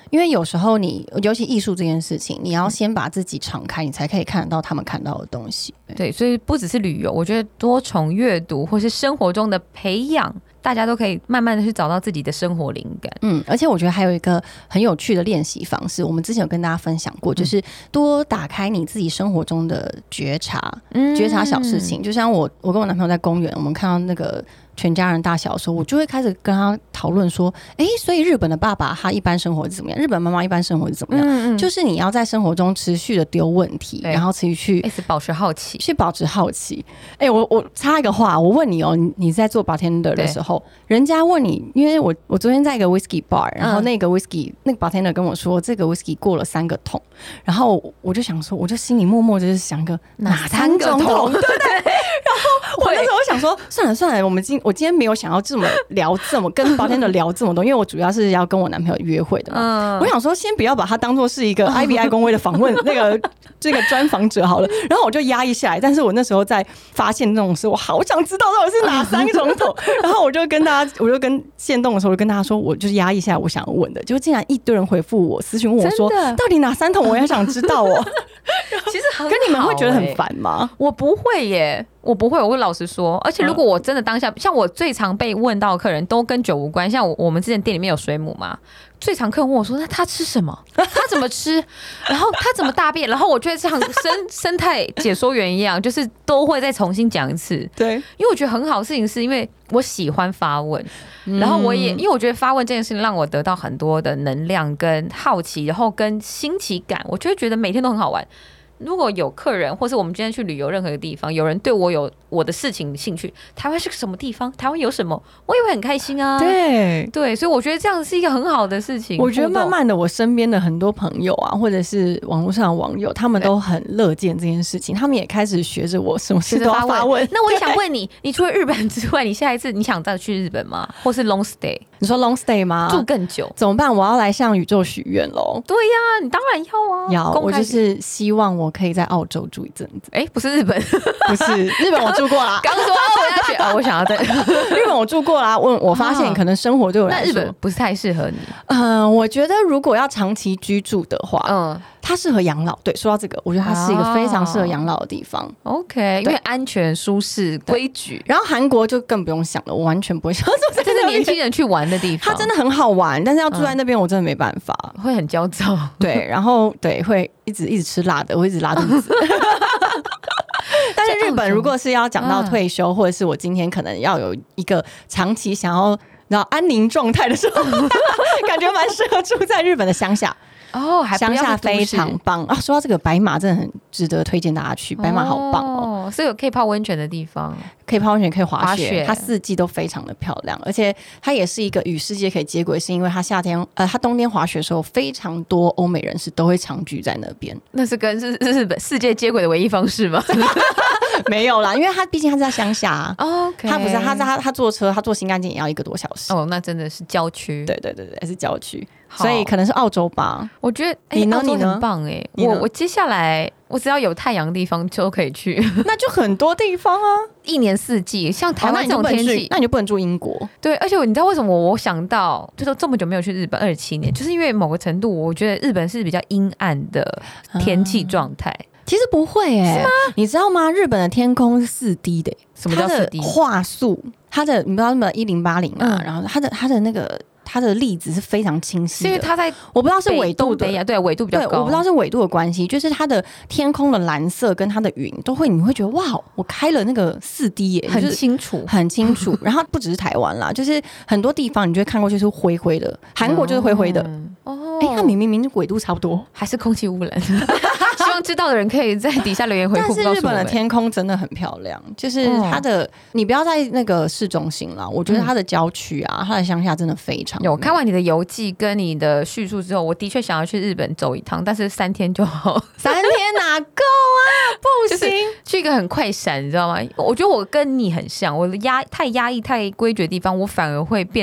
因为有时候你尤其艺术这件事情，你要先把自己敞开，你才可以看得到他们看到的东西。 对，所以不只是旅游，我觉得多重阅读或是生活中的培养，大家都可以慢慢的去找到自己的生活灵感。 嗯，而且我觉得还有一个很有趣的练习方式，我们之前有跟大家分享过，嗯、就是多打开你自己生活中的觉察，嗯、觉察小事情。就像我，我跟我男朋友在公园，我们看到那个全家人大小的时候，我就会开始跟他讨论说，哎、欸，所以日本的爸爸他一般生活是怎么样？日本妈妈一般生活是怎么样？嗯嗯，就是你要在生活中持续的丢问题，然后持续去一直保持好奇， 去保持好奇。哎、欸，我我插一个话，我问你哦、喔，你你在做 bartender 的时候，人家问你，因为我我昨天在一个 whisky bar， 然后那个 whisky、嗯、那个 bartender 跟我说，这个 whisky 过了三个桶，然后我就想说，我就心里默默就是想个哪三种桶，对不对？然后我那时候想说，算了算了，我们今我今天没有想要这么聊这么跟 bartender 聊这么多，因为我主要是要跟我男朋友约会的嘛。嗯、我想说，先不要把它当做是一个 I B I 公会的访问那个这个专访者好了。然后我就压抑下来，但是我那时候在发现那种事，我好想知道到底是哪三种桶。然后我就跟大家，我就跟限动的时候，我就跟大家说，我就是压抑下来我想要问的，结果竟然一堆人回复我私讯问我说，到底哪三桶，我也想知道哦。 其实很好、欸， 跟你们会觉得很烦吗？ 我不会耶。我不会，我会老实说。而且如果我真的当下，像我最常被问到的客人都跟酒无关，像我我们之前店里面有水母嘛，最常客人问我说，那他吃什么？他怎么吃？然后他怎么大便？然后我就会像生生态解说员一样，就是都会再重新讲一次。 对， 因为我觉得很好的事情是因为我喜欢发问，然后我也因为我觉得发问这件事情让我得到很多的能量跟好奇，然后跟新奇感，我就会觉得每天都很好玩。如果有客人，或是我们今天去旅游任何一个地方，有人对我有我的事情兴趣，台湾是个什么地方？台湾有什么？我也会很开心啊。 对对，所以我觉得这样是一个很好的事情。 我觉得慢慢的，我身边的很多朋友啊，或者是网络上的网友，他们都很乐见这件事情，他们也开始学着我，什么事都要发问。 那我也想问你，你除了日本之外，你下一次你想再去日本吗？或是 long stay？ 你说 long stay 吗？ 住更久怎么办？我要来向宇宙许愿喽！ 对呀、啊，你当然要啊！ 要，我就是希望我可以在澳洲住一阵子。 哎、欸，不是日本， 不是日本，我住过啦。 刚说我要去啊，我想要在日本，我住过啦。我我发现可能生活对我来说， 那日本不是太适合你。 嗯、呃，我觉得如果要长期居住的话，嗯。它适合养老，对，说到这个，我觉得它是一个非常适合养老的地方。 Oh, OK， 因为安全、舒适、规矩。 然后韩国就更不用想了，我完全不会想住在这是年轻人去玩的地方。 它真的很好玩，但是要住在那边，我真的没办法， 嗯、会很焦躁。 对，然后对，会一直一直吃辣的，会一直拉肚子。但是日本如果是要讲到退休，或者是我今天可能要有一个长期想要然后安宁状态的时候，感觉蛮适合住在日本的乡下。 哦，还乡下非常棒啊！说到这个白马，真的很值得推荐大家去。白马好棒哦， 是有可以泡温泉的地方， 可以泡温泉，可以滑 雪, 滑雪， 它四季都非常的漂亮，而且它也是一个与世界可以接轨，是因为它夏天呃，它冬天滑雪的时候，非常多欧美人士都会常聚在那边。 那是跟日日本世界接轨的唯一方式吗？ 没有啦，因为他毕竟他是在乡下啊， okay. 他不是他他他坐车，他坐新干线也要一个多小时。 哦，那真的是郊区。 对对对对，是郊区，所以可能是澳洲吧。 我觉得、欸、 你呢？ 澳洲很棒哎、欸，我我接下来我只要有太阳的地方就可以去， 那就很多地方啊， 一年四季，像台湾这种天气、 哦，那你就不能住英国。 对，而且你知道为什么我想到，就说这么久没有去日本，二十七年，就是因为某个程度，我觉得日本是比较阴暗的天气状态。嗯其实不会哎、欸，你知道吗？日本的天空是四 D 的、欸， 什么叫四 D？ 画素，它的你不知道什么一零八零啊，嗯、然后它的它的那个它的粒子是非常清晰的， 是因为它在我不知道是纬度的， 对纬度比较高， 对，我不知道是纬度的关系，就是它的天空的蓝色跟它的云都会，你会觉得哇，我开了那个四 D 耶、欸， 很清楚， 很清楚。然后不只是台湾啦，就是很多地方你就会看过去是灰灰的，韩国就是灰灰的。哦，哎、欸，它明明明纬度差不多， 还是空气污染。希望知道的人可以在底下留言回复。 但是日本的天空真的很漂亮，就是它的，嗯、你不要在那个市中心啦，我觉得它的郊区啊，它的乡下真的非常美。 有看完你的游记跟你的叙述之后，我的确想要去日本走一趟，但是三天就好。 三天哪够啊？不行， 就是去一个很快闪，你知道吗？我觉得我跟你很像，我压太压抑、太规矩的地方，我反而会变得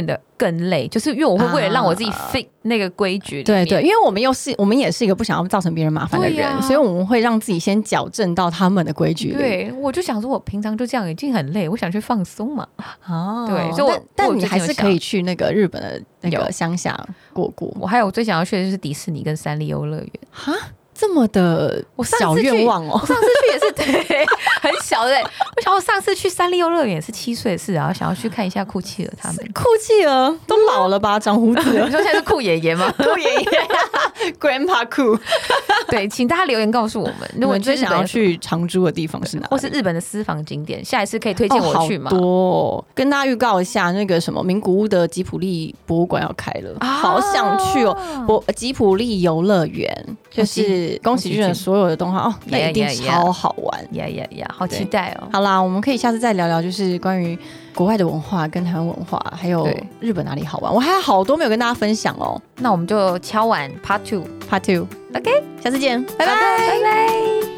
更累，就是因为我会为了让我自己 fit 那个规矩里面。 对对，因为我们又是我们也是一个不想要造成别人麻烦的人、啊，所以我们会让自己先矫正到他们的规矩里。 对，我就想说，我平常就这样已经很累，我想去放松嘛。 哦， 对，所以我但但你还是可以去那个日本的那个乡下过过。 我还有最想要去的就是迪士尼跟三丽鸥乐园。 哈，这么的小愿望哦！ 我上次去也是对，很小的。我想我上次去三丽鸥乐园也是七岁的事，然后想要去看一下酷企鹅他们。 酷企鹅都老了吧，长胡子了。 你说现在是酷爷爷吗？ 酷爷爷，Grandpa 酷。 对，请大家留言告诉我们，如果你最想要去常住的地方是哪里， 或是日本的私房景点，下一次可以推荐我去吗？ 哦、好多、哦，跟大家预告一下，那个什么名古屋的吉普力博物馆要开了，啊、好想去哦！博吉普力游乐园就是宫崎骏的所有的动画哦，那一定超好玩， 呀呀呀，好期待哦！ 好啦，我们可以下次再聊聊，就是关于国外的文化跟台湾文化，还有日本哪里好玩，我还有好多没有跟大家分享哦。 那我们就敲碗 Part Two，Part Two，OK， 下次见，拜拜， 拜拜。